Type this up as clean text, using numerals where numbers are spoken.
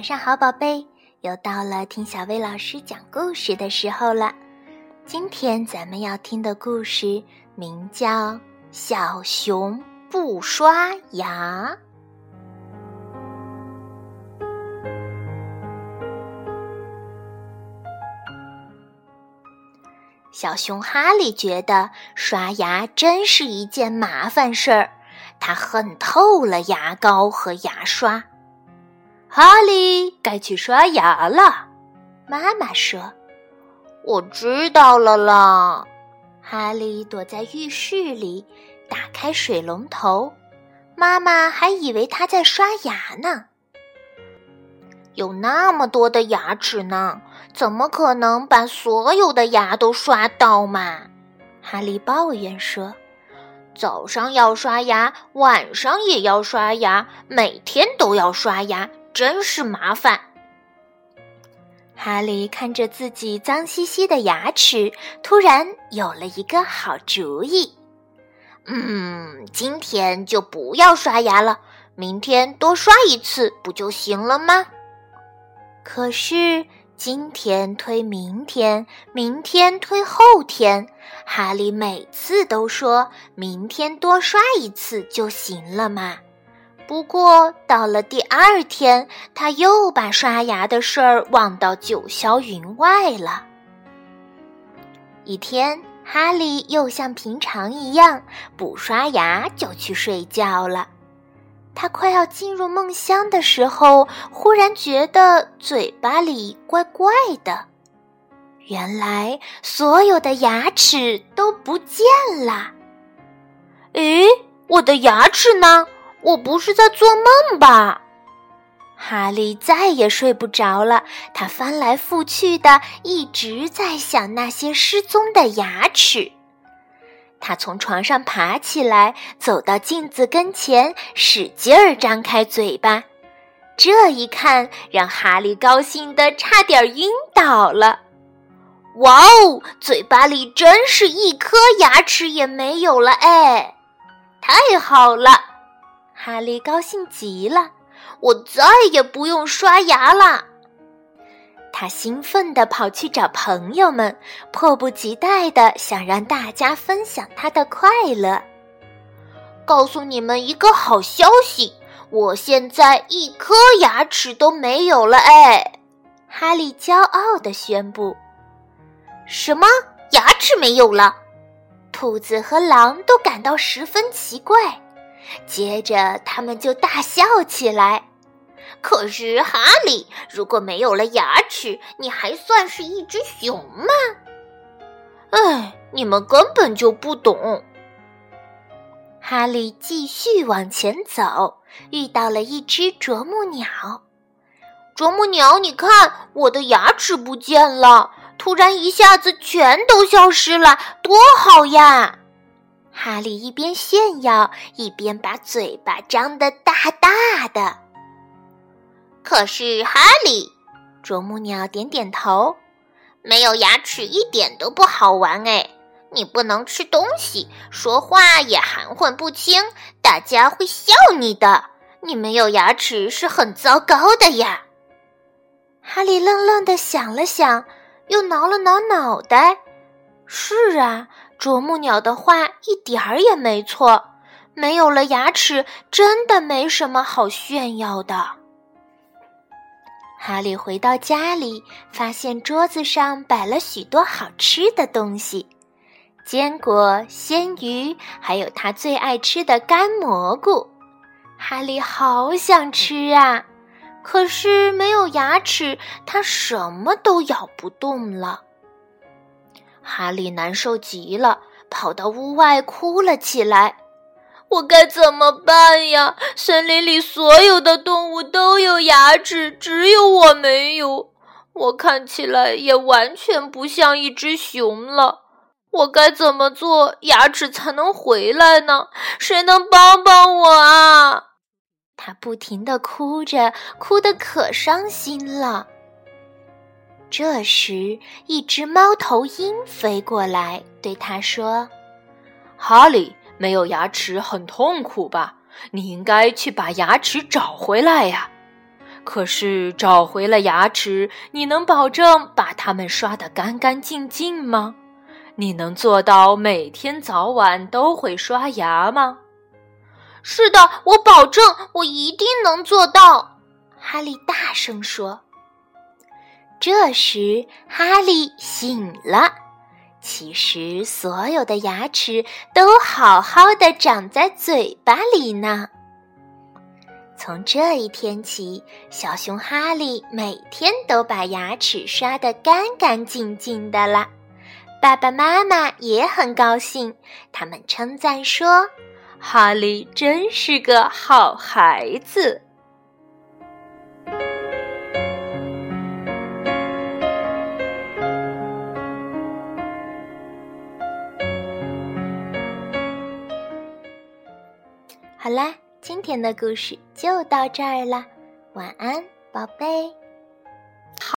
晚上好，宝贝，又到了听小薇老师讲故事的时候了。今天咱们要听的故事名叫《小熊不刷牙》。小熊哈利觉得刷牙真是一件麻烦事儿，他恨透了牙膏和牙刷。 哈利，该去刷牙了。 妈妈说。 我知道了啦。 哈利躲在浴室里，打开水龙头。妈妈还以为他在刷牙呢。有那么多的牙齿呢，怎么可能把所有的牙都刷到嘛？哈利抱怨说。早上要刷牙，晚上也要刷牙，每天都要刷牙，真是麻烦。哈利看着自己脏兮兮的牙齿，突然有了一个好主意。今天就不要刷牙了，明天多刷一次不就行了吗？可是今天推明天，明天推后天，哈利每次都说明天多刷一次就行了嘛。不过到了第二天，他又把刷牙的事儿忘到九霄云外了。一天，哈利又像平常一样不刷牙就去睡觉了。他快要进入梦乡的时候，忽然觉得嘴巴里怪怪的。原来所有的牙齿都不见了。诶，我的牙齿呢？我不是在做梦吧？哈利再也睡不着了，他翻来覆去的一直在想那些失踪的牙齿。他从床上爬起来，走到镜子跟前，使劲儿张开嘴巴。这一看，让哈利高兴得差点晕倒了。哇哦，嘴巴里真是一颗牙齿也没有了哎！太好了，哈利高兴极了，我再也不用刷牙了。他兴奋地跑去找朋友们，迫不及待地想让大家分享他的快乐。告诉你们一个好消息，我现在一颗牙齿都没有了哎！哈利骄傲地宣布。什么？牙齿没有了？兔子和狼都感到十分奇怪，接着他们就大笑起来。可是哈利，如果没有了牙齿，你还算是一只熊吗？哎，你们根本就不懂。哈利继续往前走，遇到了一只啄木鸟。啄木鸟，你看，我的牙齿不见了，突然一下子全都消失了，多好呀！哈利一边炫耀，一边把嘴巴张得大大的。可是哈利，啄木鸟点点头，没有牙齿一点都不好玩哎！你不能吃东西，说话也含混不清，大家会笑你的。你没有牙齿是很糟糕的呀。哈利愣愣地想了想，又挠了挠脑袋。是啊，啄木鸟的话一点儿也没错，没有了牙齿真的没什么好炫耀的。哈利回到家里，发现桌子上摆了许多好吃的东西，坚果、鲜鱼，还有他最爱吃的干蘑菇。哈利好想吃啊，可是没有牙齿，他什么都咬不动了。哈利难受极了，跑到屋外哭了起来。我该怎么办呀？森林里所有的动物都有牙齿，只有我没有。我看起来也完全不像一只熊了。我该怎么做，牙齿才能回来呢？谁能帮帮我啊？他不停地哭着，哭得可伤心了。这时，一只猫头鹰飞过来，对他说： 哈利，没有牙齿很痛苦吧？你应该去把牙齿找回来呀。 可是找回了牙齿，你能保证把它们刷得干干净净吗？你能做到每天早晚都会刷牙吗？ 是的，我保证，我一定能做到，哈利大声说。这时，哈利醒了。其实，所有的牙齿都好好的长在嘴巴里呢。从这一天起，小熊哈利每天都把牙齿刷得干干净净的了。爸爸妈妈也很高兴，他们称赞说：“ 哈利真是个好孩子。” 好啦，今天的故事就到这儿了，晚安，宝贝。